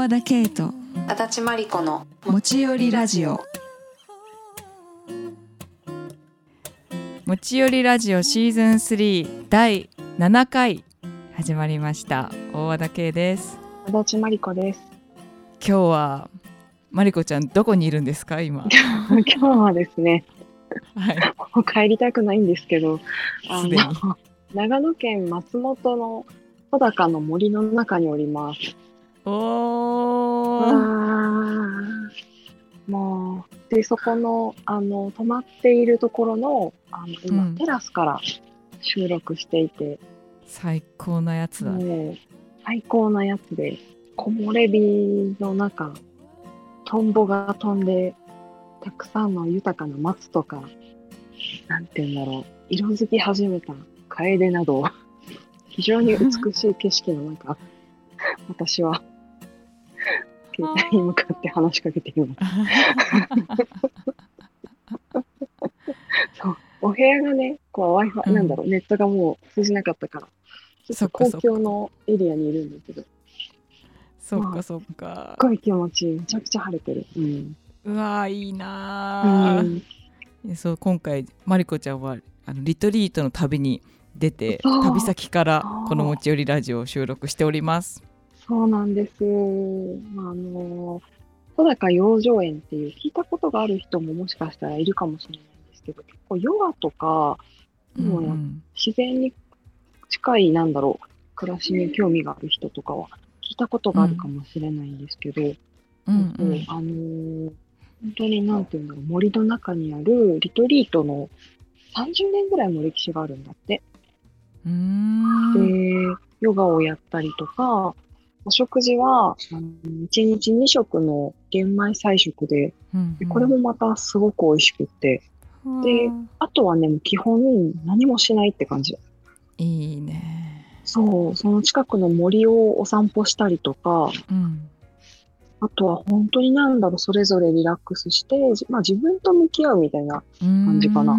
和田圭と足立真理子の持ち寄りラジオ。持ち寄りラジオシーズン3第7回始まりました。大和田圭です。 足立真理子です。 今日は真理子ちゃんどこにいるんですか今？ 今日はですね、 はい、 もう帰りたくないんですけど、 すでに長野県松本の小高の森の中におります。 おー、 もうでそこの泊まっているところの今、テラスから収録していて、 最高なやつだね。 もう最高なやつで、木漏れ日の中、トンボが飛んで、たくさんの豊かな松とか、なんていうんだろう、色づき始めたカエデなど、非常に美しい景色の中、私は携帯に向かって話しかけています。そう、お部屋がね、こう Wi-Fi、なんだろう、ネットがもう通じなかったから、ちょっと公共のエリアにいるんだけど、 そっかそっか、 すっごい気持ちいい。めちゃくちゃ晴れてる。 うわーいいなー、そう今回まりこちゃんはリトリートの旅に出て、旅先からこの持ち寄りラジオを収録しております。 そうなんです。小高養生園っていう聞いたことがある人ももしかしたらいるかもしれないんですけど、結構ヨガとか、自然に近い暮らしに興味がある人とかは聞いたことがあるかもしれないんですけど、本当になんていうんだろう、森の中にあるリトリートの30年ぐらいの歴史があるんだって。で、ヨガをやったりとか、お食事は1日2食の玄米菜食で、これもまたすごく美味しくって、で、あとはね、基本何もしないって感じ。 いいね。 そう、その近くの森をお散歩したりとか、あとは本当にそれぞれリラックスして、自分と向き合うみたいな感じかな。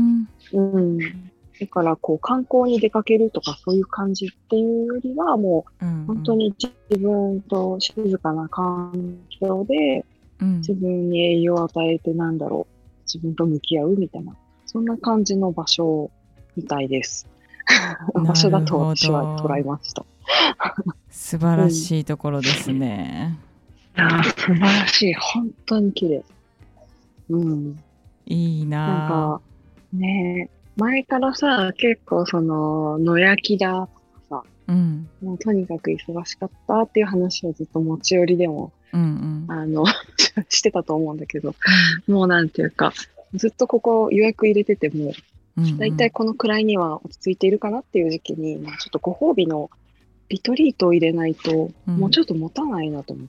だから観光に出かけるとかそういう感じっていうよりは、もう本当に自分と静かな環境で、自分に栄養を与えて自分と向き合うみたいな、そんな感じの場所みたいです。場所だと私は捉えました。 素晴らしいところですね。 素晴らしい。本当に綺麗。 いいな。 ね、前からさ、結構野焼きだとかさ、もうとにかく忙しかったっていう話をずっと持ち寄りでも、してたと思うんだけど、もうなんていうか、ずっとここ予約入れてても、だいたいこのくらいには落ち着いているかなっていう時期に、ちょっとご褒美のリトリートを入れないと、もうちょっと持たないなと思って。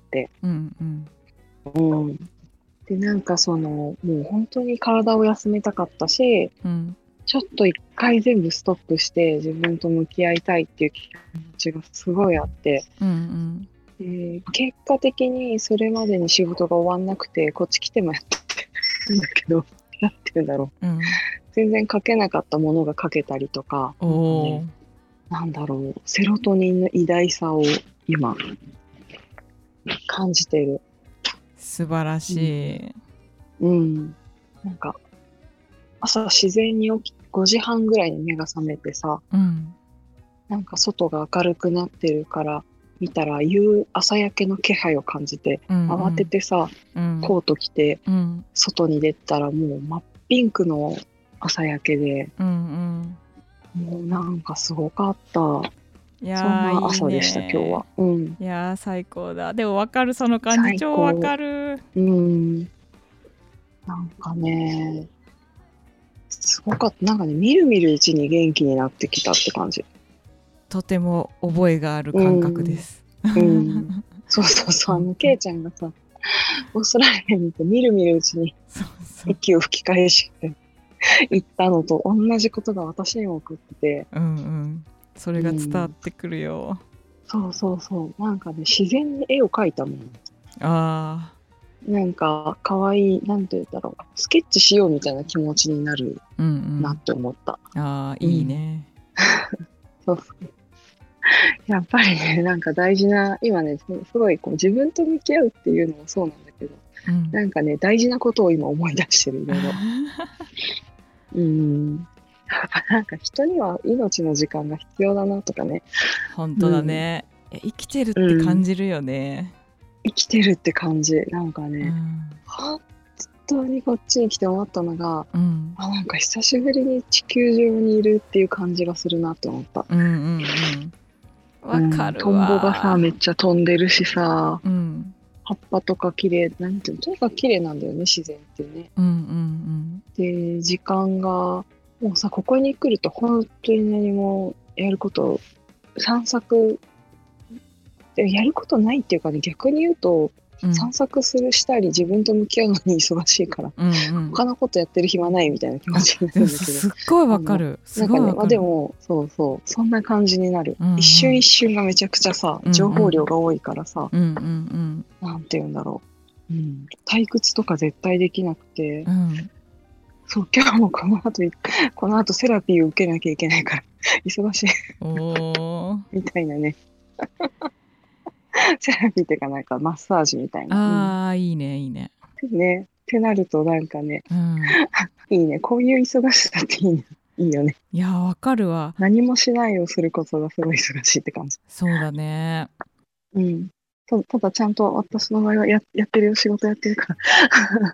で、もう本当に体を休めたかったし、ちょっと一回全部ストップして自分と向き合いたいっていう気持ちがすごいあって、結果的にそれまでに仕事が終わんなくて、こっち来てもやってるんだけど、なんて言うんだろう。全然書けなかったものが書けたりとか、セロトニンの偉大さを今、感じている。 素晴らしい。 朝自然に起き、5時半ぐらいに目が覚めてさ、外が明るくなってるから見たら朝焼けの気配を感じて、慌ててさ、コート着て、外に出たらもう真っピンクの朝焼けで、もうすごかった。そんな朝でした、今日は。 いやー最高だ。でも分かる、その感じ超分かる。 すごかった。みるみるうちに元気になってきたって感じ。 とても覚えがある感覚です。 そうケイちゃんがさ、オーストラリアにいてみるみるうちに息を吹き返して行ったのと同じことが私にも起こってて、 それが伝わってくるよ。 そう自然に絵を描いたもん。可愛い、なんて言うんだろう、スケッチしようみたいな気持ちになるなって思った。 いいね。 やっぱりね、なんか大事な、今ね、すごいこう自分と向き合うっていうのもそうなんだけど、なんかね、大事なことを今思い出してる、いろいろ。やっぱなんか人には命の時間が必要だなとかね。 本当だね、生きてるって感じるよね、 生きてるって感じ。なんかね、本当にこっちに来て思ったのが、なんか久しぶりに地球上にいるっていう感じがするなって思った。わかるわ。トンボがさ、めっちゃ飛んでるしさ、葉っぱとか綺麗、なんていうの、とにかく綺麗なんだよね、自然ってね。で、時間が、もうさ、ここに来ると本当に何もやること、散策、やることないっていうかね、逆に言うと、散策したり自分と向き合うのに忙しいから、他のことやってる暇ないみたいな気持ちになるんだけど、 すっごいわかる。 なんかね、でもそんな感じになる、一瞬一瞬がめちゃくちゃさ、情報量が多いからさ、なんて言うんだろう、退屈とか絶対できなくて、そう今日もこの後セラピーを受けなきゃいけないから忙しいみたいなね。セラピーっていうかなんかマッサージみたいな。 いいねいいね。 ねってなるとなんかね、いいね、こういう忙しさっていいね。いいよね。 いやわかるわ。 何もしないをすることがすごい忙しいって感じ。 そうだね。 ただちゃんと私の場合はやってるよ、仕事やってるから。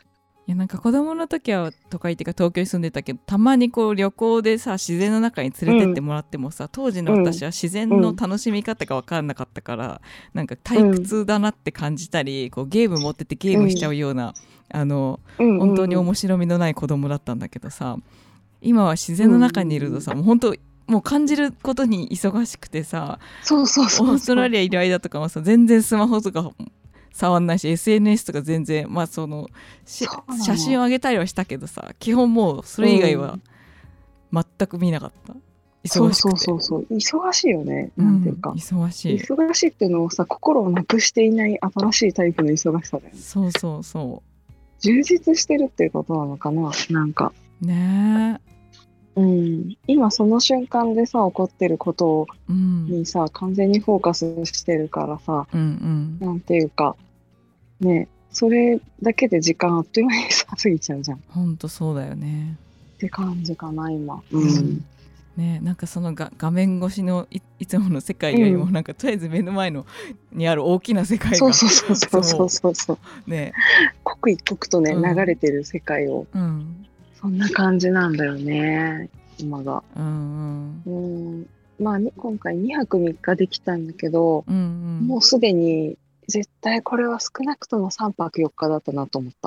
いやなんか子供の時は都会っていうか東京に住んでたけど、たまにこう旅行でさ自然の中に連れてってもらってもさ、当時の私は自然の楽しみ方が分かんなかったから、なんか退屈だなって感じたり、こうゲーム持っててゲームしちゃうような、本当に面白みのない子供だったんだけどさ、今は自然の中にいるとさ、もう本当もう感じることに忙しくてさ、オーストラリアいる間とかもさ、全然スマホとか触んないし SNS とか全然、写真を上げたりはしたけどさ、基本もうそれ以外は全く見なかった、忙しくて。 そう忙しいよね、なんていうか、 忙しいっていうのをさ、心をなくしていない新しいタイプの忙しさだよね。 そう充実してるっていうことなのかな、なんかね。 今その瞬間でさ起こってることにさ、完全にフォーカスしてるからさ、なんていうかね、それだけで時間あっという間に過ぎちゃうじゃん。 ほんとそうだよねって感じかな今。 ね、なんかその画面越しの いつもの世界よりも、なんかとりあえず目の前のにある大きな世界がそうね、刻一刻とね、流れてる世界を、そんな感じなんだよね今が。まあ、今回2泊3日できたんだけど、もうすでに絶対これは少なくとも3泊4日だったなと思った。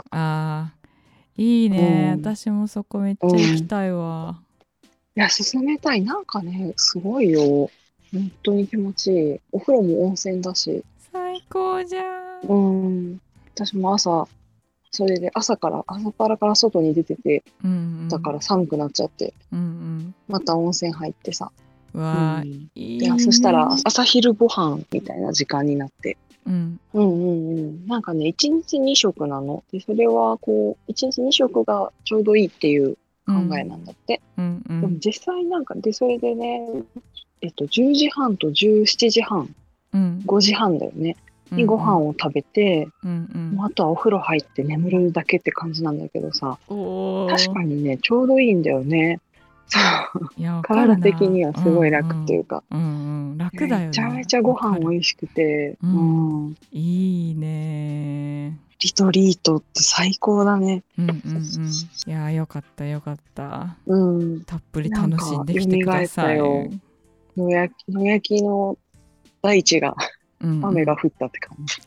いいね、私もそこめっちゃ行きたいわ。 いや、進めたい。なんかね、すごいよ。本当に気持ちいい。お風呂も温泉だし。 最高じゃん。 私もそれで朝パラから外に出てて、だから寒くなっちゃって、また温泉入ってさ。いいね。そしたら朝昼ご飯みたいな時間になって。なんかね、1日2食なの。で、それはこう、1日2食がちょうどいいっていう考えなんだって。でも実際なんかで、それでね、10時半と17時半、5時半だよね。にご飯を食べて、あとはお風呂入って眠るだけって感じなんだけどさ、確かにね、ちょうどいいんだよね。体的にはすごい楽っていうか、 楽だよね。 めちゃめちゃご飯美味しくて、 いいね。 リトリートって最高だね。 いやよかったよかった。たっぷり楽しんできてください。 野焼きの大地が雨が降ったって感じ。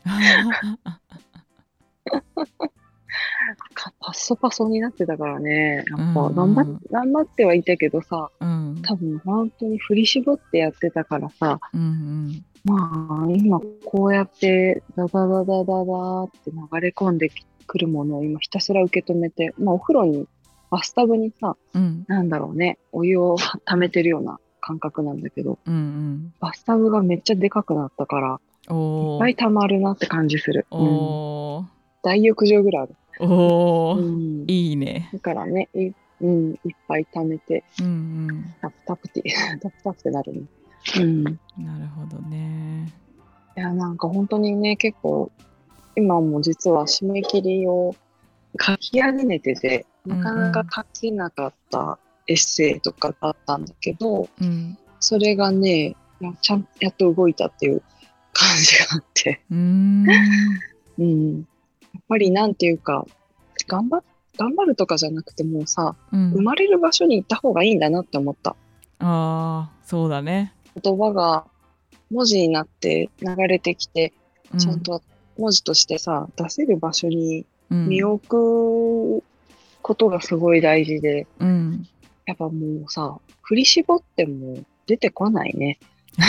パッソパソになってたからね、やっぱ頑張ってはいたけどさ、多分本当に振り絞ってやってたからさ、まあ今こうやってダダダダダダって流れ込んでくるものを今ひたすら受け止めて、お風呂にバスタブにさ、なんだろうね、お湯を溜めてるような感覚なんだけど、バスタブがめっちゃでかくなったからいっぱい溜まるなって感じする。大浴場ぐらいある。 いいね。 だからね、いっぱい溜めて、タプタプってなるね。 なるほどね。 いや、なんか本当にね、結構、今も実は締め切りを書き上げてて、なかなか書けなかったエッセイとかがあったんだけど、 うん、 それがね、やっと動いたっていう感じがあって、 うん、 うん。やっぱりなんていうか、頑張、頑張るとかじゃなくてもうさ、 うん、 生まれる場所に行った方がいいんだなって思った。 ああ、そうだね。 言葉が文字になって流れてきて、 うん、 ちゃんと文字としてさ、出せる場所に身をうん、 置くことがすごい大事で、 うん。 やっぱもうさ、振り絞っても出てこないね。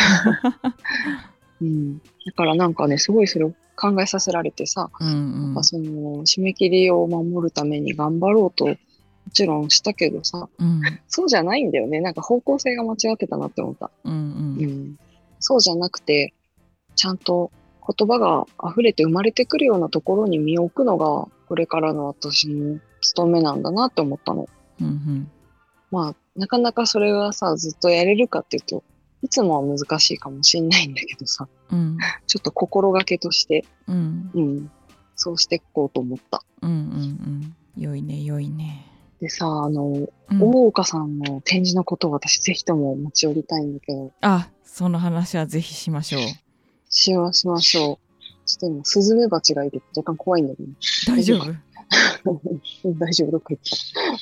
うん。だからなんかね、すごいそれを考えさせられてさ、 うん、うやっぱん、 その、締め切りを守るために頑張ろうと、もちろんしたけどさ、 うん、 そうじゃないんだよね。なんか方向性が間違ってたなって思った。 うん、うん、 うん。そうじゃなくて、ちゃんと言葉が溢れて生まれてくるようなところに身を置くのが、これからの私の務めなんだなって思ったの。 うん、 まあ、なかなかそれはさ、ずっとやれるかっていうと、いつもは難しいかもしれないんだけどさ、 うん、 ちょっと心がけとして、 うん、 うん、そうしていこうと思った。 うん、うん、良いね、良いね。 でさ、 うん。 大岡さんの展示のことを私ぜひとも持ち寄りたいんだけど、 あ、その話はぜひしましょしましょう。ちょっと今、スズメバチがいて若干怖いんだけど、 う。大丈夫？ 大丈夫かうん大丈夫、どっか行った。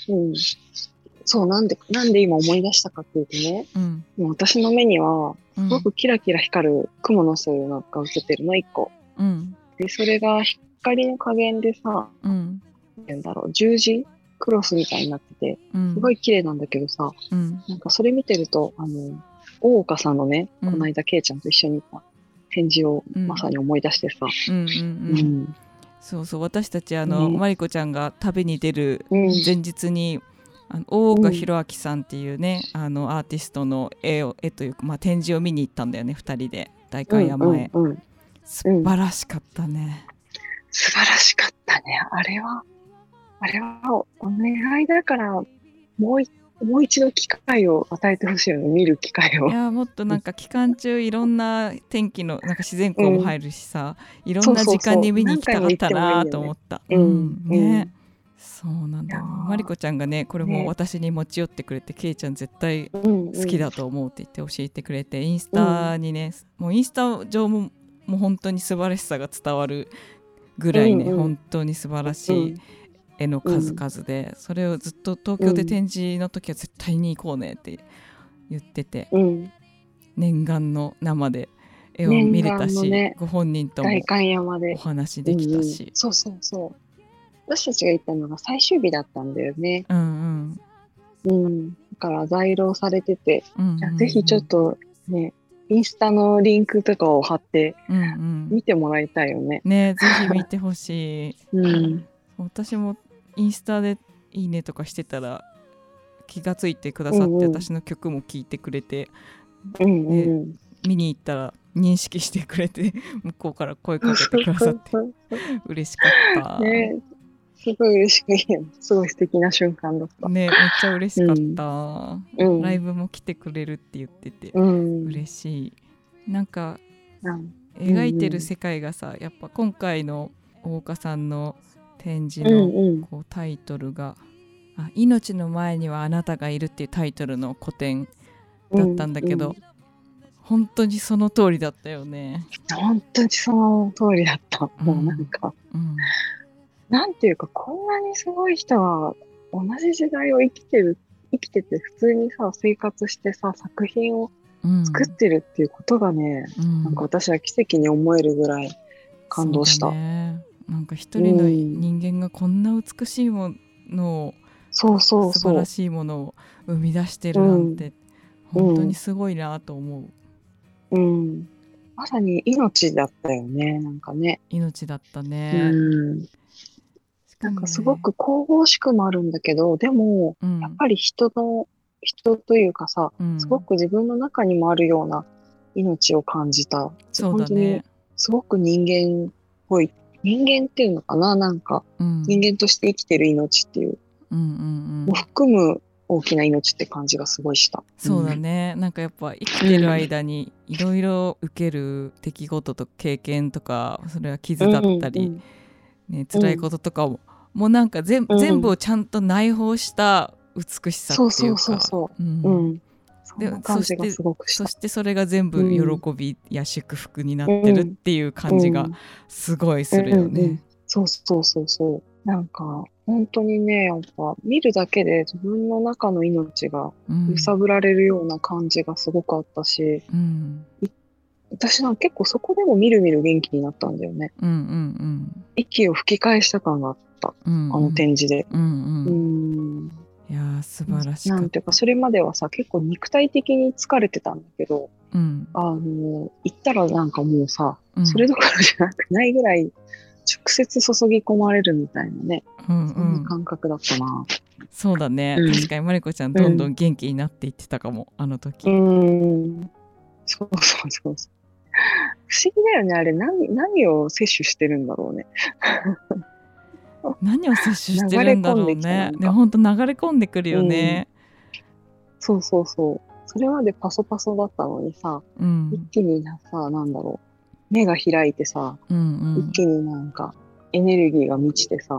うん。そう、なんで今思い出したかっていうとね、 うん、 もう私の目には、すごうん、 くキラキラ光る蜘蛛の巣なんか映ってるの、一個。 うん、 で、それが光の加減でさ、 うん、 なんて言うんだろう、十字クロスみたいになってて、 うん、 すごい綺麗なんだけどさ、 うん、 なんかそれ見てると、大岡さんのね、 うん、 この間、ケイちゃんと一緒に行った展示をうん、 まさに思い出してさ、 うん、うん、ううん。 ん、 そうそう、私たちね、 マリコちゃんが旅に出るうん、 前日に大岡うん、 弘明さんっていうねアーティストの絵というか、まあ、展示を見に行ったんだよね、2人で代うん、うん、 官山へ。 うん、 素うん。 晴らしかったね。 素晴らしかったね。あれはお願いだから、もうい、もう一度機会を与えてほしいよね。見る機会を。 いやもっとなんか期間中いろんな天気のなんか自然うん。 光も入るしさ、いろんそうな時間にそうそう。 見に行きたかった何回も行ってもいいなよね。 と思った。ううん、 んうん。 ね。そうなんいやだよ。マリコちゃんがねこれー、ね。 も私に持ち寄ってくれて、ケイちゃん絶対うん、うん、 好きだと思うって言って教えてくれて、インスうん、 タにね、もうインスタ上ももう本当に素晴らしさが伝わるぐうん、 らいね、 うん、 本当に素晴らしいうん、 絵の数うん、 々で、それをずっと東京でうん、 展示の時は絶対に行こうねって言ってて、 うん。 念願の生で絵を念見れたし、 願のね、 ご本人とも代官山おで。うん、 話できたうん。 し。 そうそうそう。私たちが行ったのが最終日だったんだよね。 うんうんうん。だから在廊されてて、 うんうじゃあぜひちょっんとね、インスタのリンクとかを貼ってうんうん見てもらいたいよね。 ね、ぜひ見てほしい。 うん。 私もインスタでいいねとかしてたら気がついてくださって、 うんうん。 私の曲も聴いてくれて、 うんでうん。 見に行ったら認識してくれて向こうから声かけてくださって嬉しかった。 ね、すごい嬉しいよ。すごい素敵な瞬間だった。 ね、めっちゃ嬉しかっうん。 た。 うん。 ライブも来てくれるって言っててうん。 嬉しい。なんかうん描いてる世界がさ、やっぱ今回の大岡さんの展示うんのうん。 こうタイトルが命の前にはあなたがいるっていうタイトルの個展だったうんうん。 んだけど、本当にその通りだったよね。 本当にその通りだった。 うもうなんん、 か、 うん、 なんていうか、こんなにすごい人は同じ時代を生きてて普通にさ、生活してさ、作品をうん、 作ってるっていうことがね、 うん、 なんか私は奇跡に思えるぐらい感そうだ動した。 ね。なんか一う人のん。 人間がこんな美しいものを、 そうそうそ素晴らしいものを生み出してう。うん。 るなんて本当にうん。 すごいなと思う。 うん。まさに命だったよね、なんかね。 命だったうね。 ん。 しかなんかすごもね、 く神々しくもあるんだけど、でも、やっうん、 ぱり人というかさ、すごうん、 く自分の中にもあるような命を感じた。 そうだね。 本当に、すごく人間っぽい。人間っていうのかな、なんか、 うん、 人間として生きてる命っていう、 うん、うん、うもん、 含む大きな命って感じがすごいした。 そうだね、なんかやっぱ生きてる間にいろいろ受ける出来事と経験とか、それは傷だったり、ね、辛いこととかも、もうなんか全部をちゃんと内包した美しさっていうか、そんな感じがすごくした。そしてそれが全部喜びや祝福になってるっていう感じがすごいするよね。 そうそうそうそう。なんか本当にね、やっぱ見るだけで自分の中の命が揺さぶられるような感じがすごくあったし、私なんか結構そこでもみるみる元気になったんだよね。息を吹き返した感があった、あの展示で。 いや素晴らしい。 なんていうか、それまではさ、結構肉体的に疲れてたんだけど、行ったらなんかもうさ、それどころじゃないぐらい直接注ぎ込まれるみたいなね、そんな感覚だったな。 そうだね、確かにまりこちゃんどんどん元気になっていってたかも、あの時。 そうそうそう。不思議だよね、あれ何を摂取してるんだろうね。 何を摂取してるんだろうね。で本当流れ込んでくるよね。 そうそうそう。それまでパソパソだったのにさ、一気にさ、なんだろう、目が開いてさ、一気になんかエネルギーが満ちてさ、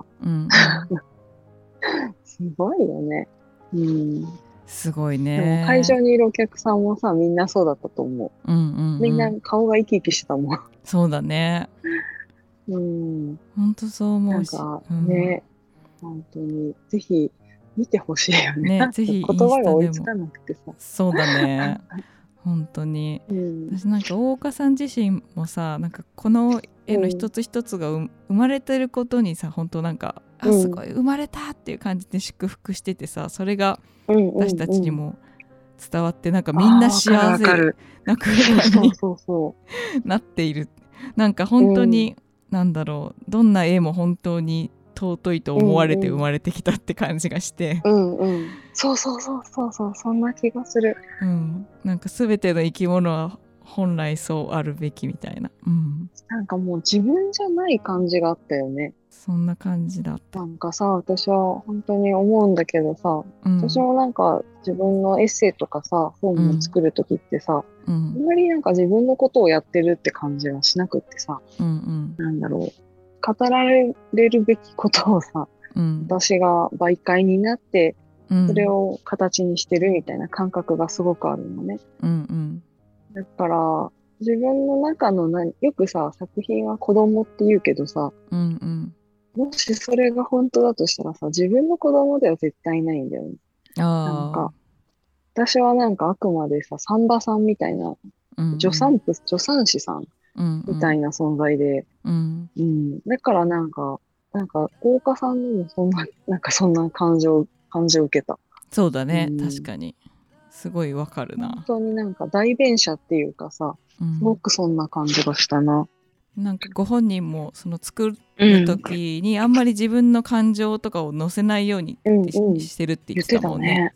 すごいよね。 すごいね。 でも会場にいるお客さんもさ、みんなそうだったと思う。みんな顔が生き生きしてたもん。 そうだね。本当そう思うし。 なんかね、本当にぜひ見てほしいよね。 ぜひ言葉が追いつかなくてさ。 そうだね。本当に、私なんか大岡さん自身もさ、なんかこの絵の一つ一つが生まれてることにさ、本当なんかすごい生まれたっていう感じで祝福しててさ、それが私たちにも伝わって、なんかみんな幸せな空間になっている。なんか本当に、なんだろう、どんな絵も本当に尊いと思われて生まれてきたって感じがして、 そうそうそうそうそう、そんな気がする。 なんか全ての生き物は本来そうあるべきみたいな、 なんかもう自分じゃない感じがあったよね。 そんな感じだった。 なんかさ、私は本当に思うんだけどさ、私もなんか自分のエッセイとかさ、本を作る時ってさ、あんまりなんか自分のことをやってるって感じはしなくってさ、なんだろう、語られるべきことをさ、私が媒介になって、それを形にしてるみたいな感覚がすごくあるのね。だから、自分の中のよくさ、作品は子供って言うけどさ、もしそれが本当だとしたらさ、自分の子供では絶対ないんだよね。なんか、私はなんかあくまでさ、サンバさんみたいな、助産師さんみたいな存在で、だからなんか、大岡さんにもそんな感じを受けた。 そうだね、確かに。すごいわかるな。 本当になんか代弁者っていうかさ、すごくそんな感じがしたな。 なんかご本人もその作る時にあんまり自分の感情とかを載せないようにしてるって言ってたもんね。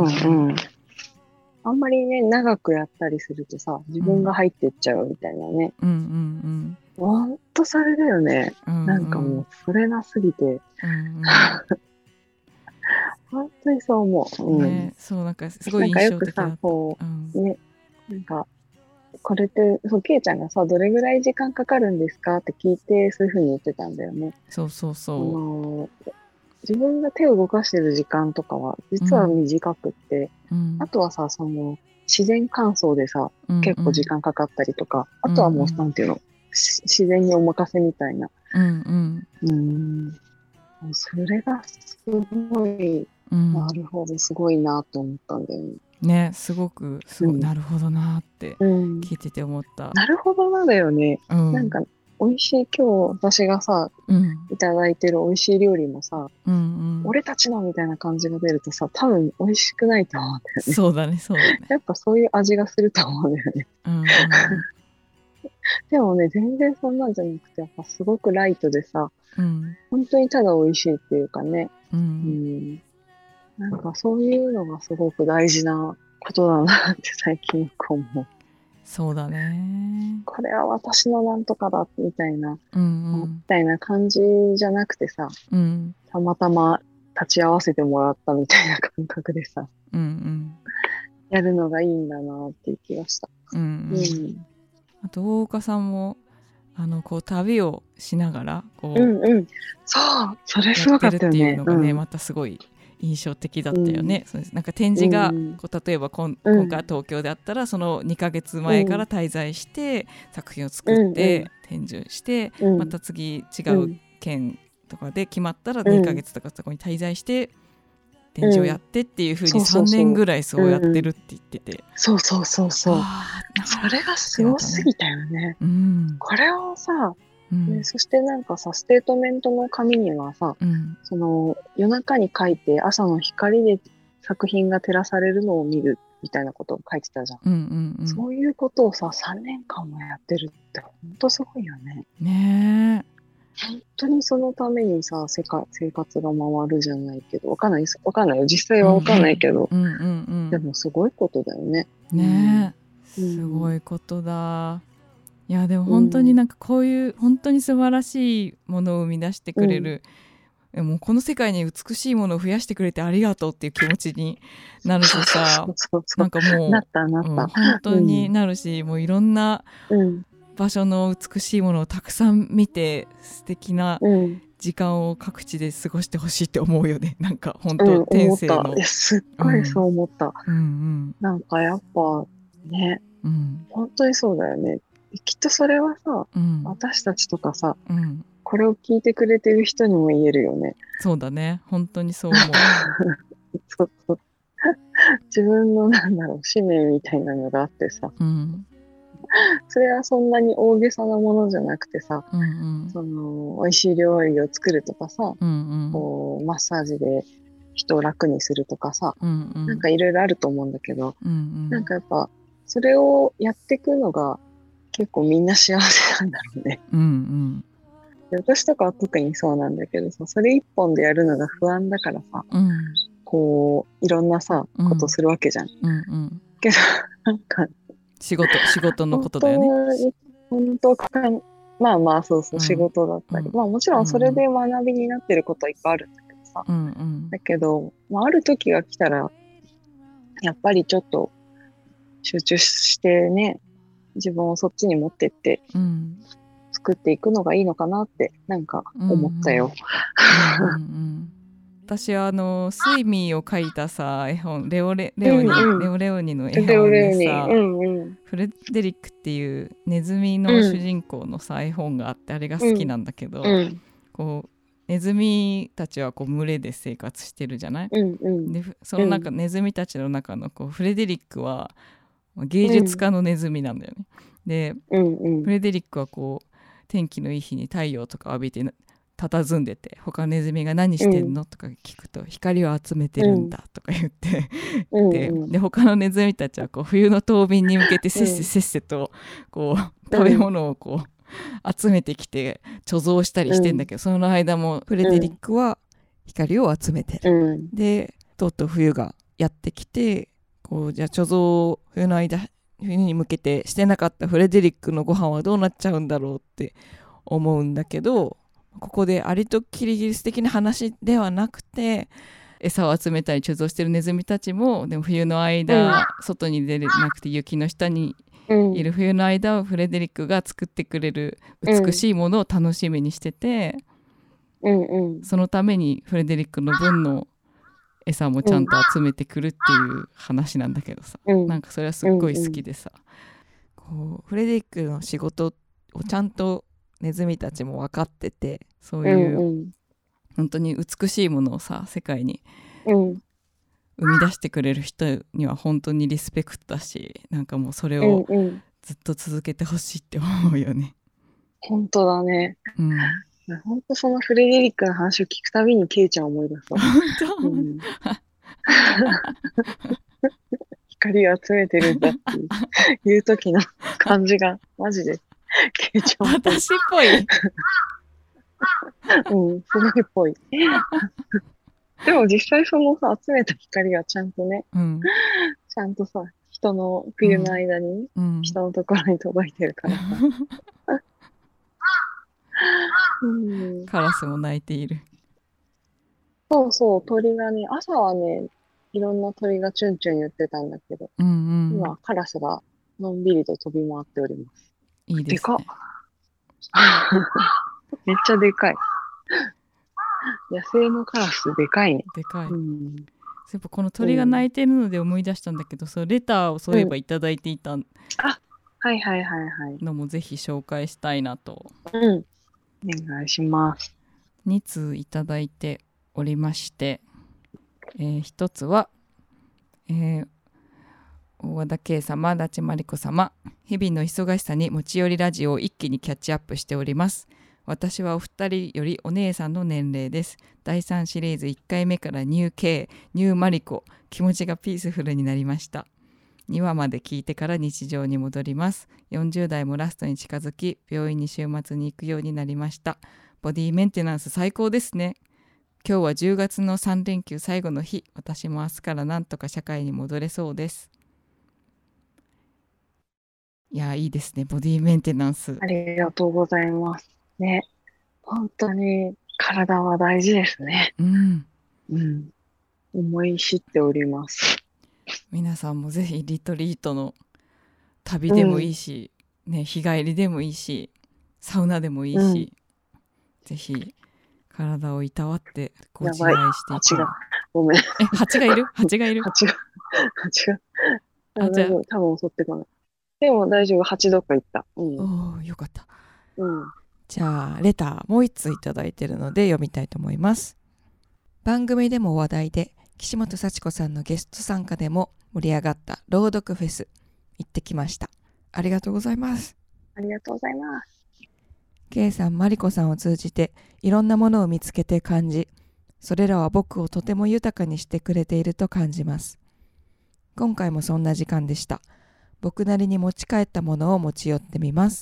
あんまりね、長くやったりするとさ、自分が入ってっちゃうみたいなね。ほんとそれだよね。なんかもう、それなすぎて。本当にそう思う。 そう、なんかすごい印象的だった。 なんかよくさ、こう、ね、なんか、これって、ケイちゃんがさ、どれぐらい時間かかるんですかって聞いて、そういうふうに言ってたんだよね。 そうそうそう。 自分が手を動かしてる時間とかは、実は短くって、あとはさ、自然乾燥でさ、結構時間かかったりとか、あとはもう、なんていうの、自然にお任せみたいな。それがすごい、なるほど、すごいなと思ったんだよね。 ね、すごくなるほどなって聞いてて思った。 なるほどなだよね。なんか美味しい、今日私がさ、いただいてる美味しい料理もさ、俺たちのみたいな感じが出るとさ、多分美味しくないと思うんだよね。 そうだね、そうだね。 やっぱそういう味がすると思うんだよね。でもね、全然そんなんじゃなくて、やっぱすごくライトでさ、本当にただ美味しいっていうかね。なんかそういうのがすごく大事なことだなって最近思う。 そうだね。 これは私のなんとかだみたいな、みたいな感じじゃなくてさ、たまたま立ち会わせてもらったみたいな感覚でさ、 うんうんやるのがいいんだなっていう気がした。 うんうん、あと大岡さんもこう旅をしながらこう、 うんうん、そう、それすごかやってるっていうったよね。 のがね、またすごい印象的だったよね。そうです。なんか展示がこう例えば今回東京であったらその2ヶ月前から滞在して作品を作って展示して、また次違う県とかで決まったら2ヶ月とかそこに滞在して展示をやってっていう風に3年ぐらいそうやってるって言ってて、 そうそうそうそう、それがすごすぎたよね。これをさ、そしてなんかさ、ステートメントの紙にはさ、その夜中に書いて朝の光で作品が照らされるのを見るみたいなことを書いてたじゃん。そういうことをさ、3年間もやってるって本当すごいよね。 ねえ。 本当にそのためにさ、生活が回るじゃないけど、わかんないよ。実際はわかんないけど、でもすごいことだよね。 ねえ、すごいことだ。いやでも本当になんかこういう本当に素晴らしいものを生み出してくれる、もうこの世界に美しいものを増やしてくれてありがとうっていう気持ちになるしさ、なんかもうなった本当になるし、もういろんな場所の美しいものをたくさん見て素敵な時間を各地で過ごしてほしいって思うよね。なんか本当天性の、 すっごいそう思った。なんかやっぱね、本当にそうだよね。きっとそれはさ、私たちとかさ、これを聞いてくれてる人にも言えるよね。 そうだね、本当にそう思う。 そうそう。自分の使命みたいなのがあってさ、それはそんなに大げさなものじゃなくてさ、その美味しい料理を作るとかさ、こうマッサージで人を楽にするとかさ、なんかいろいろあると思うんだけど、なんかやっぱそれをやっていくのが結構みんな幸せなんだろうね。で私とかは特にそうなんだけどさ、それ一本でやるのが不安だからさ、こういろんなさ、ことするわけじゃん。けどなんか仕事のことだよね。 本当まあまあそうそう、仕事だったり、まあもちろんそれで学びになってることはいっぱいあるんだけどさ、だけど、まあ、ある時が来たらやっぱりちょっと集中してね、自分をそっちに持ってって、作っていくのがいいのかなってなんか思ったよ。 私はスイミーを書いたさ絵本レオレオニの絵本でさ、フレデリックっていうネズミの主人公のさ絵本があって、あれが好きなんだけど、こうネズミたちはこう群れで生活してるじゃない、でその中、ネズミたちの中のこうフレデリックは芸術家のネズミなんだよね。で、フレデリックはこう天気のいい日に太陽とか浴びて佇んでて、他のネズミが何してんのとか聞くと、光を集めてるんだとか言って、で他のネズミたちはこう冬の冬眠に向けてせっせとこう食べ物をこう集めてきて貯蔵したりしてんだけど、その間もフレデリックは光を集めてる。でとうとう冬がやってきて、こうじゃあ貯蔵冬に向けてしてなかったフレデリックのご飯はどうなっちゃうんだろうって思うんだけど、ここでアリとキリギリス的な話ではなくて、餌を集めたり貯蔵してるネズミたちもでも冬の間、外に出れなくて雪の下にいる冬の間をフレデリックが作ってくれる美しいものを楽しみにしてて、そのためにフレデリックの分の餌もちゃんと集めてくるっていう話なんだけどさ、なんかそれはすっごい好きでさ、こうフレデリックの仕事をちゃんとネズミたちも分かってて、そういう本当に美しいものをさ世界に生み出してくれる人には本当にリスペクトだし、なんかもうそれをずっと続けてほしいって思うよね。 本当だね。本当そのフレデリックの話を聞くたびにケイちゃん思い出す。本当、光を集めてるんだっていう時の感じがマジでケイちゃん私っぽい。 すごいっぽい。でも実際そのさ集めた光がちゃんとね、ちゃんとさ人の冬の間に、人のところに届いてるからさ。 カラスも鳴いている。 そうそう、鳥がね、朝はね、いろんな鳥がチュンチュン言ってたんだけど、 うんうん。 今、カラスがのんびりと飛び回っております。 いいででかっ。 すね。 めっちゃでかい。野生のカラスでかいね。 でかい。 うん。 そういえばこのうん。 鳥が鳴いてるので思い出したんだけど、そうレターをそういえうん。 ばいただいていたあ、はいはいはいはい。 のもぜひ紹介したいなと。 うん。お願いします。 2通いただいておりまして、1つは、えー大和田圭様、足立真理子様、日々の忙しさに持ち寄りラジオを一気にキャッチアップしております。私はお二人よりお姉さんの年齢です。第3シリーズ1回目からニュー K、ニューマリコ、気持ちがピースフルになりました。2話まで聞いてから日常に戻ります。40代もラストに近づき、病院に週末に行くようになりました。ボディメンテナンス最高ですね。今日は10月の3連休最後の日、私も明日からなんとか社会に戻れそうです。いや、いいですね。ボディメンテナンス。 ありがとうございます。ね。本当に体は大事ですね。 うん。 うん。思い知っております。 皆さんもぜひリトリートの旅でもいうん。 いし、ね、日帰りでもいいし、サウナでもいいうん。 し、ぜひ体をいたわってごやばい。 自愛してい蜂が。 かが。 ごめん。 蜂がいる蜂がいる。 蜂が。蜂が。 あ、じゃ大丈夫。多分襲ってこない。でも大丈夫。蜂どっか行った。うあ、 ん。 おー、よかった。 うん。 じゃあ、レターもう一通いただいてるので読みたいと思います。番組でも話題で、岸本幸子さんのゲスト参加でも盛り上がった朗読フェス、行ってきました。ありがとうございます。 ありがとうございます。 K さん、マリコさんを通じていろんなものを見つけて感じ、それらは僕をとても豊かにしてくれていると感じます。今回もそんな時間でした。僕なりに持ち帰ったものを持ち寄ってみます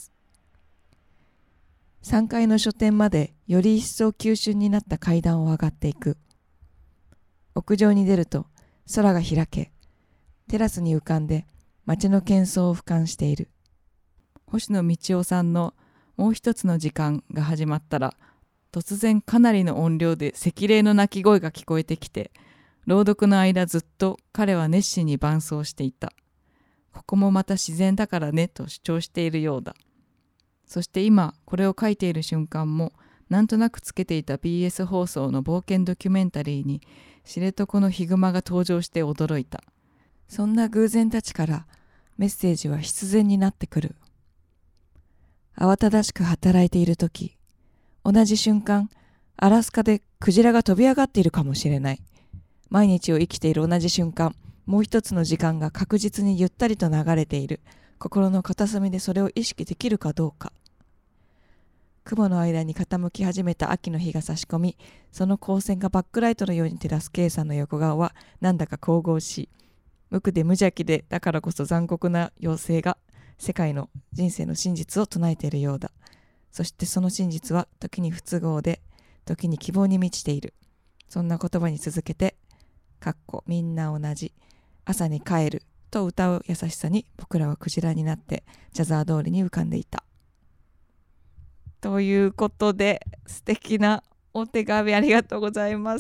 。3階の書店までより一層急峻になった階段を上がっていく。屋上に出ると空が開け、テラスに浮かんで街の喧騒を俯瞰している。星野道夫さんのもう一つの時間が始まったら、突然かなりの音量で赤霊の鳴き声が聞こえてきて、朗読の間ずっと彼は熱心に伴奏していた。ここもまた自然だからねと主張しているようだ。そして今これを書いている瞬間も、なんとなくつけていた BS 放送の冒険ドキュメンタリーに知床のヒグマが登場して驚いた。そんな偶然たちからメッセージは必然になってくる。慌ただしく働いているとき、同じ瞬間、アラスカでクジラが飛び上がっているかもしれない。毎日を生きている同じ瞬間、もう一つの時間が確実にゆったりと流れている。心の片隅でそれを意識できるかどうか。雲の間に傾き始めた秋の日が差し込み、その光線がバックライトのように照らす K さんの横顔はなんだか神々しい。無垢で無邪気でだからこそ残酷な妖精が世界の人生の真実を唱えているようだ。そしてその真実は時に不都合で、時に希望に満ちている。そんな言葉に続けて、みんな同じ、朝に帰ると歌う優しさに僕らはクジラになってジャザー通りに浮かんでいた。ということで、素敵なお手紙ありがとうございます。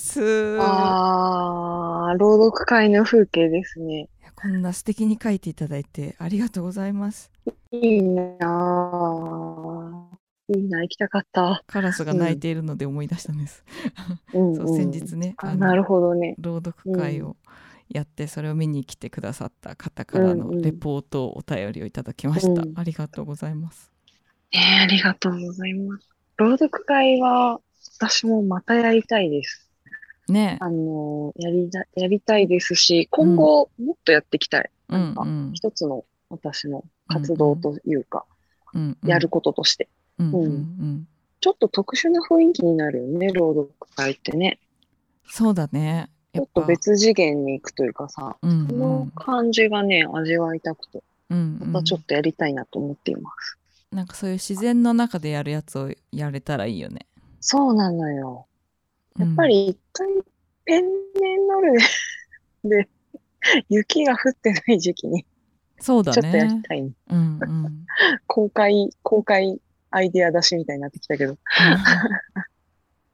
朗読会の風景ですね。 こんな素敵に書いていただいてありがとうございます。 いいなぁ。いいな、行きたかった。 カラスがうん。 鳴いているので思い出したんです。 うそう、先んうん。 日ね、 あ、なるほどね。 朗読うん。 会をやって、それを見に来てくださった方かうんらのレうん。 ポート、お便りをいただきました。 うん。 ありがとうございます。 ありがとうございます。朗読会は、私もまたやりたいです。 ねやりたいですし、 え。うん。 今後もっとやっていきたい。 うんなんか、 うん。 一つの私のうんうん。 活動というか、 うんうん。 やることとして。 うんうんううん。 ん。 ちょっと特殊な雰囲気になるよね、朗読会ってね。 そうだね。 ちょっとやっぱ、 別次元に行くというかさ、 うんうそのん。 感じがね、味わいたくて、 うんうまたちょっん。 とやりたいなと思っています。 なんかそういう自然の中でやるやつをやれたらいいよね。 そうなのよ。やっぱうん。 り一回ペンネノルで雪が降ってない時期にそうだちょっとやりね。 たいね。 うんうん。 公開アイディア出しみたいになってきたけど。 うん。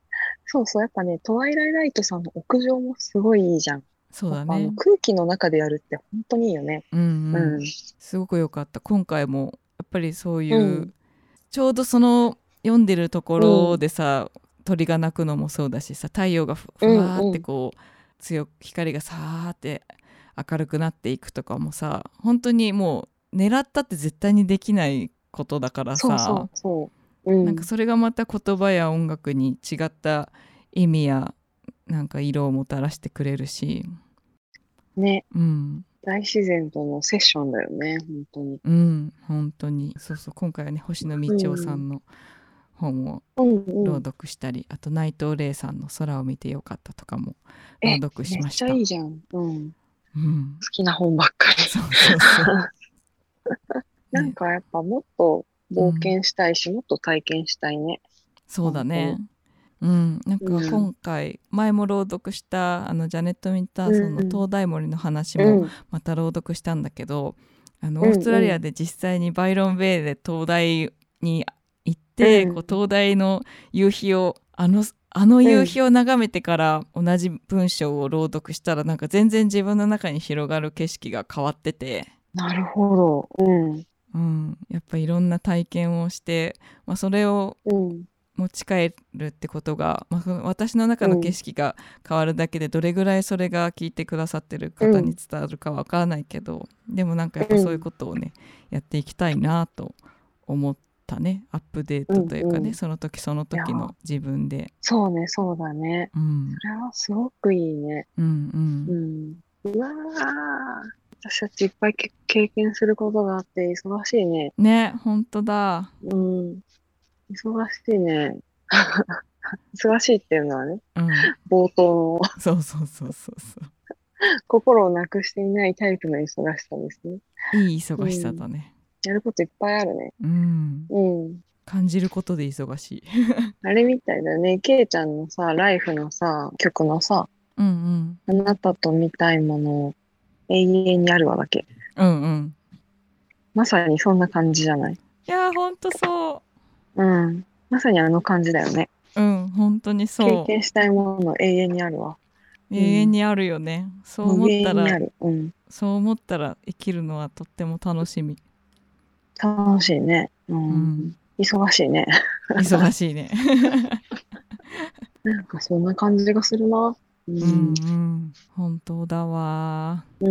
そうそう、やっぱね、トワイライライトさんの屋上もすごいいいじゃん。やっぱそうだね。 空気の中でやるって本当にいいよね。 うんうん。 うん。 すごく良かった。今回もやっぱりそういううん。 ちょうどその読んでるとこうろん。 でさ、鳥が鳴くのもそうだしさ、太陽がうふわーってん。 こう強く光がさーって明るくなっていくとかもさ、本当にもう狙ったって絶対にできないことだからそうそさ、 うそう。うなんかん。 それがまた言葉や音楽に違った意味やなんか色をもたらしてくれるし、 ね。 うん、 大自然とのセッションだよね、本当に。 うん、本当にそうそう、今回はね星野う道夫さん。 んの本をうん朗うん。 読したり、あと内藤玲さんの空を見てよかったとかも朗え、 読しめっちゃました。 いいじゃん。うん。 うん、 好きな本ばっかそうそうそうり。なんね。 かやっぱもっと冒うん、 険したいし、もっと体験したいね。 そうだね。 本当に。 うん、なんうん。 か今回前も朗読したジャネット・ウィンターうソンのん。 灯台森の話もうん。 また朗読したんだけど、 うん。 オーストラうん。 リアで実際にバイロンベイで灯台に行っうてこうん。 灯台の夕日をあの夕うん。 日を眺めてから同じ文章を朗読したらなんか全然自分の中に広がる景色が変わってて、 なるほど。うん。 うん、やっぱいろんな体験をして、それをうん。 持ち帰るってことが、その私の中の景うん。 色が変わるだけでどれぐらいそれが聞いてくださってるうん。 方に伝わるかわからないけど、でもなんかやっぱそういううん。 ことをねやっていきたいなと思ったね。アップデートうん。 というかね、 うん。 その時そのいや時の自分で。 そうね、そうだね。 うんそれはすごくいいね。 うんうん。 うん。うわー。私たちいっぱい経験することがあって忙しいね。 ね、本当だ。 うん。忙しいね。忙しいっていうのはね、 うん、 冒頭のそうそうそうそうそう。 心をなくしていないタイプの忙しさですね。 いい忙しさうん。 だね。 やることいっぱいあるね。 うん、 うん。 感じることで忙しい。 あれみたいだね。ケイちゃんのさ、ライフのさ、曲のさ、 うんうんあなたと見たいもの永遠にあるわだけ。 うんうん。 まさにそんな感じじゃない？ いやーほんとそうん。まさにあの感じだよね。 う。うん、本当にそ経験したいもの永遠にあるわ。 う。 うん。 永遠にあるよね。そう無思ったら、 限にある。うん。 そう思ったら生きるのはとっても楽しみ。 楽しいね。うん。 うん、 忙しいね。 忙しいね。 なんかそんな感じがするな。ううんうん。 ん、本当だわ。 うん。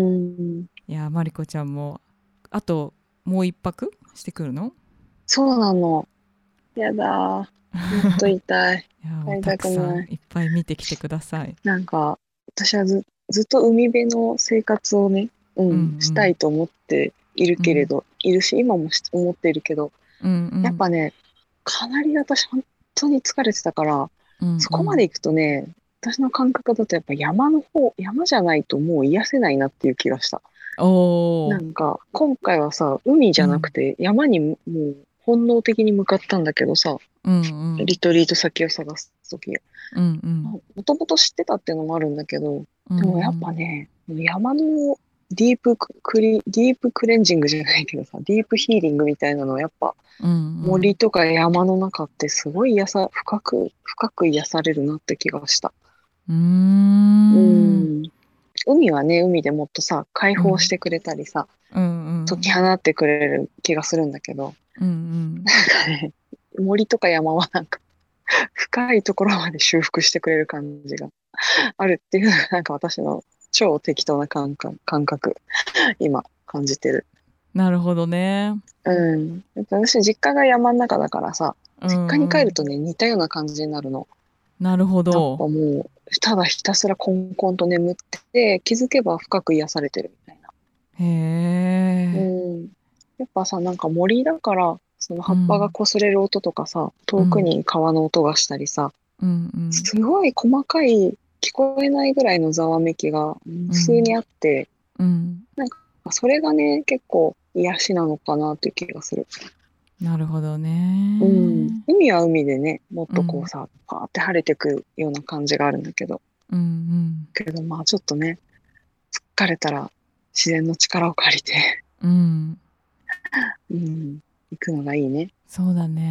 いや、マリコちゃんも、あともう一泊してくるの？ そうなの。やだー。もっと痛い。 いや、もうた帰りたくさんくない。 いっぱい見てきてください。 なんか、私はずっと海辺の生活をね、ううんうん、したいんと思っているうんけれど、いるし、今も思っているけど、 うんうんやっぱね、かなり私本当に疲れてたから、 うんうん。 そこまで行くとね、私の感覚だとやっぱ山じゃないともう癒せないなっていう気がした。 おー。 なんか、今回はさ、海じゃなくうんて山にもう本能的に向かったんだけどさ、 うんうんリトリート先を探すとき。 うんうんもともと知ってたっていうのもあるんだけど、 うんうでもやっんぱね、山のディープクレンジングじゃないけどさ、ディープヒーリングみたいなのはやっぱうん森とか山の中ってすごい深く癒されるなって気がした。 うん。 ううんん。海はね、海でもっとさ、解うん放してくれたりさ、解きうん放ってくれる気がするんだけど、 うんなんかね、森とか山はなんか深いところまで修復してくれる感じがあるっていうのがなんか私の超適当な感覚、今感じてる。 なるほどね。 うん。やっぱ私実家が山の中だからさ、 う実家にんうん。 帰るとね、似たような感じになるの。 なるほやっど。 ぱもう、ただひたすらコンコンと眠ってて、気づけば深く癒されてるみたいな。 へうえ。 ん。やっぱさ、なんか森だから、その葉っぱがうん擦れる音とかさ、遠くうんに川の音がしたりさ、 うんすごい細かい聞こえないぐらいのざわめきが無数にうんあって、 うんなんかそれがね、結構癒しなのかなっていう気がする。 なるほどうん。 ね。 海は海でね、もっうんとこうさ、パーって晴れてくような感じがあるんだけど、 うんまあちょっとね、疲れたら自然の力を借りて、 うんうん。 うん、行くのがいいね。 そうだね。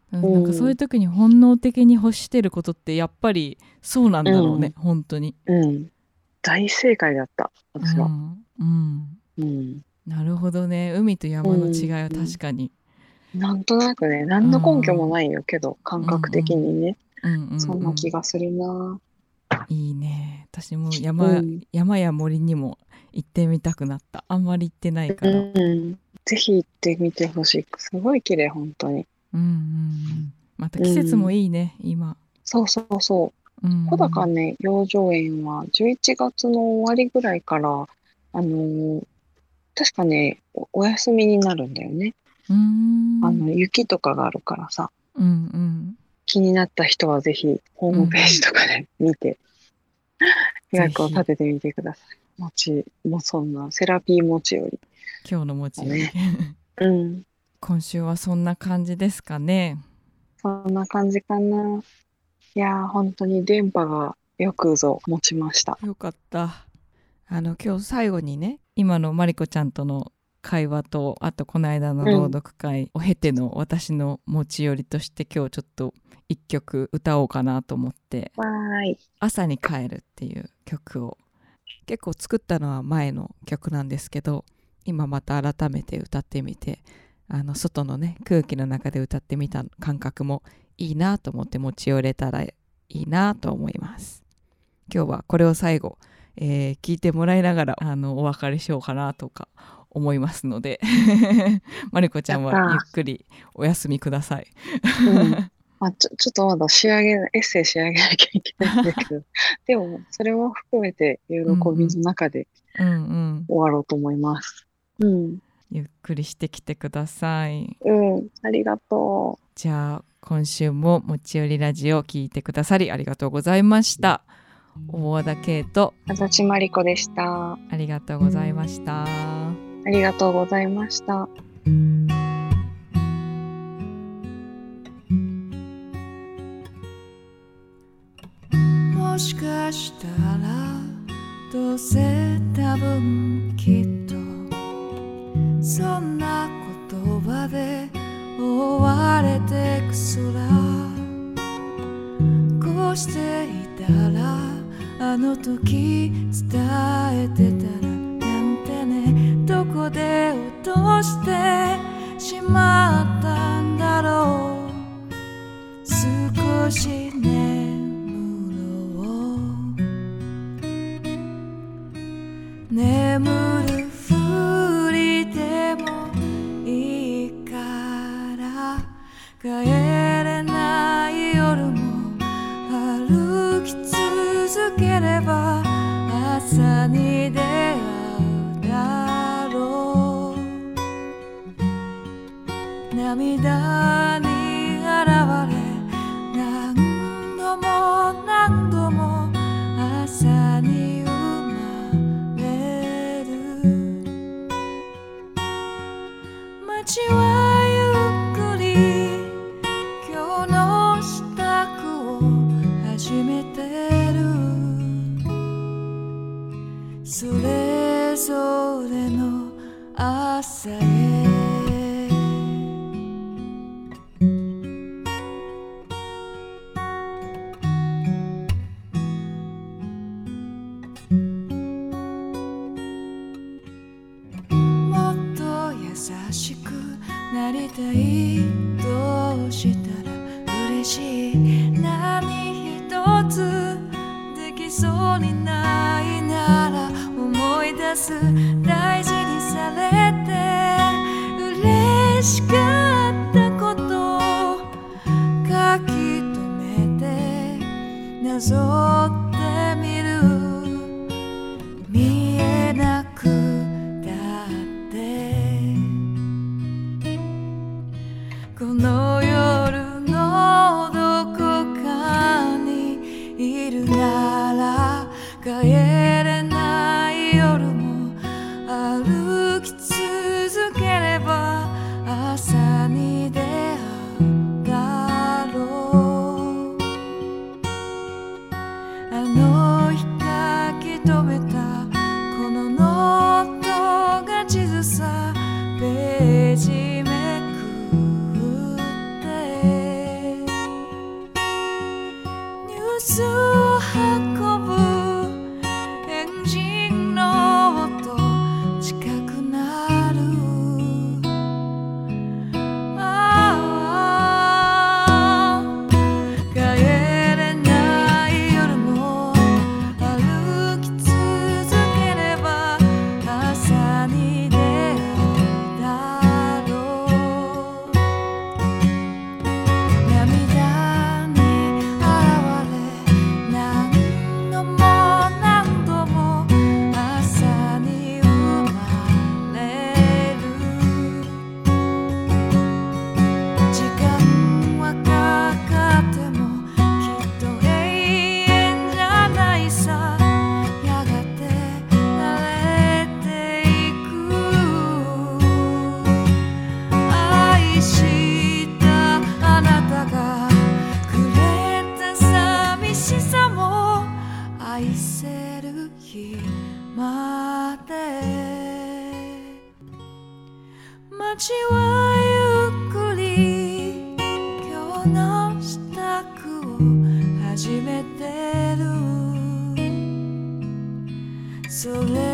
なんかそういう時に本能的に欲してることってやっぱりそうなんだろうね、本当に。 大正解だった、私は。 なるほどね。海と山の違いは確かに。 なんとなくね、何の根拠もないんよけど、感覚的にね。そんな気がするな。 いいね。私も山や森にも行ってみたくなった。あんまり行ってないから。 ぜひ行ってみてほしい。すごい綺麗、本当に。 また季節もいいね、今。 そうそうそう。小高ね、養生園は11月の終わりぐらいから、確かね、お休みになるんだよね。雪とかがあるからさ。気になった人はぜひ、ホームページとかで見て、予約を立ててみてください。餅もそんな、セラピー餅より。 今日の餅より。今週はそんな感じですかね。 そんな感じかな。いやー、本当に電波がよくぞ持ちました。 よかった。今日最後にね、今のまりこちゃんとの会話と、あとこの間の朗読会を経ての私の持ち寄りとして、今日ちょっと一曲歌おうかなと思って、朝に帰るっていう曲を結構作ったのは前の曲なんですけど、今また改めて歌ってみて、外のね空気の中で歌ってみた感覚もいいなと思って持ち寄れたらいいなと思います。今日はこれを最後、聞いてもらいながらお別れしようかなとか思いますのでまりこちゃんはゆっくりお休みください。 ちょっとまだエッセイ仕上げなきゃいけないんだけどでもそれも含めて喜びの中で終わろうと思います。 ゆっくりしてきてください。 ありがとう。 じゃあ今週も持ち寄りラジオを聞いてくださりありがとうございました。大和田圭と足立真理子でした。 ありがとうございました。 ありがとうございました。 もしかしたらどうせ多分きっとそんな言葉で覆われてく空、こうしていたらあの時伝えてたらなんてね、どこで落としてしまったんだろう。少し眠るふりでもいいから帰れない夜も歩き続ければ朝に出会うだろう。涙に現れ何度も何度も朝に街はゆっくり今日の支度を始めてる。それぞれの朝へ優しくなりたい。どうしたら嬉しい。何一つできそうにないなら思い出す。大事にされて嬉しかったことを書き留めてなぞってみる。見えなくこの夜のどこかにいるなら帰れない夜も歩き続ければ朝に出会うだろう。あの日書き留めたこのノートが地図さ。ページめくった私はゆっくり今日の支度を始めてる。それ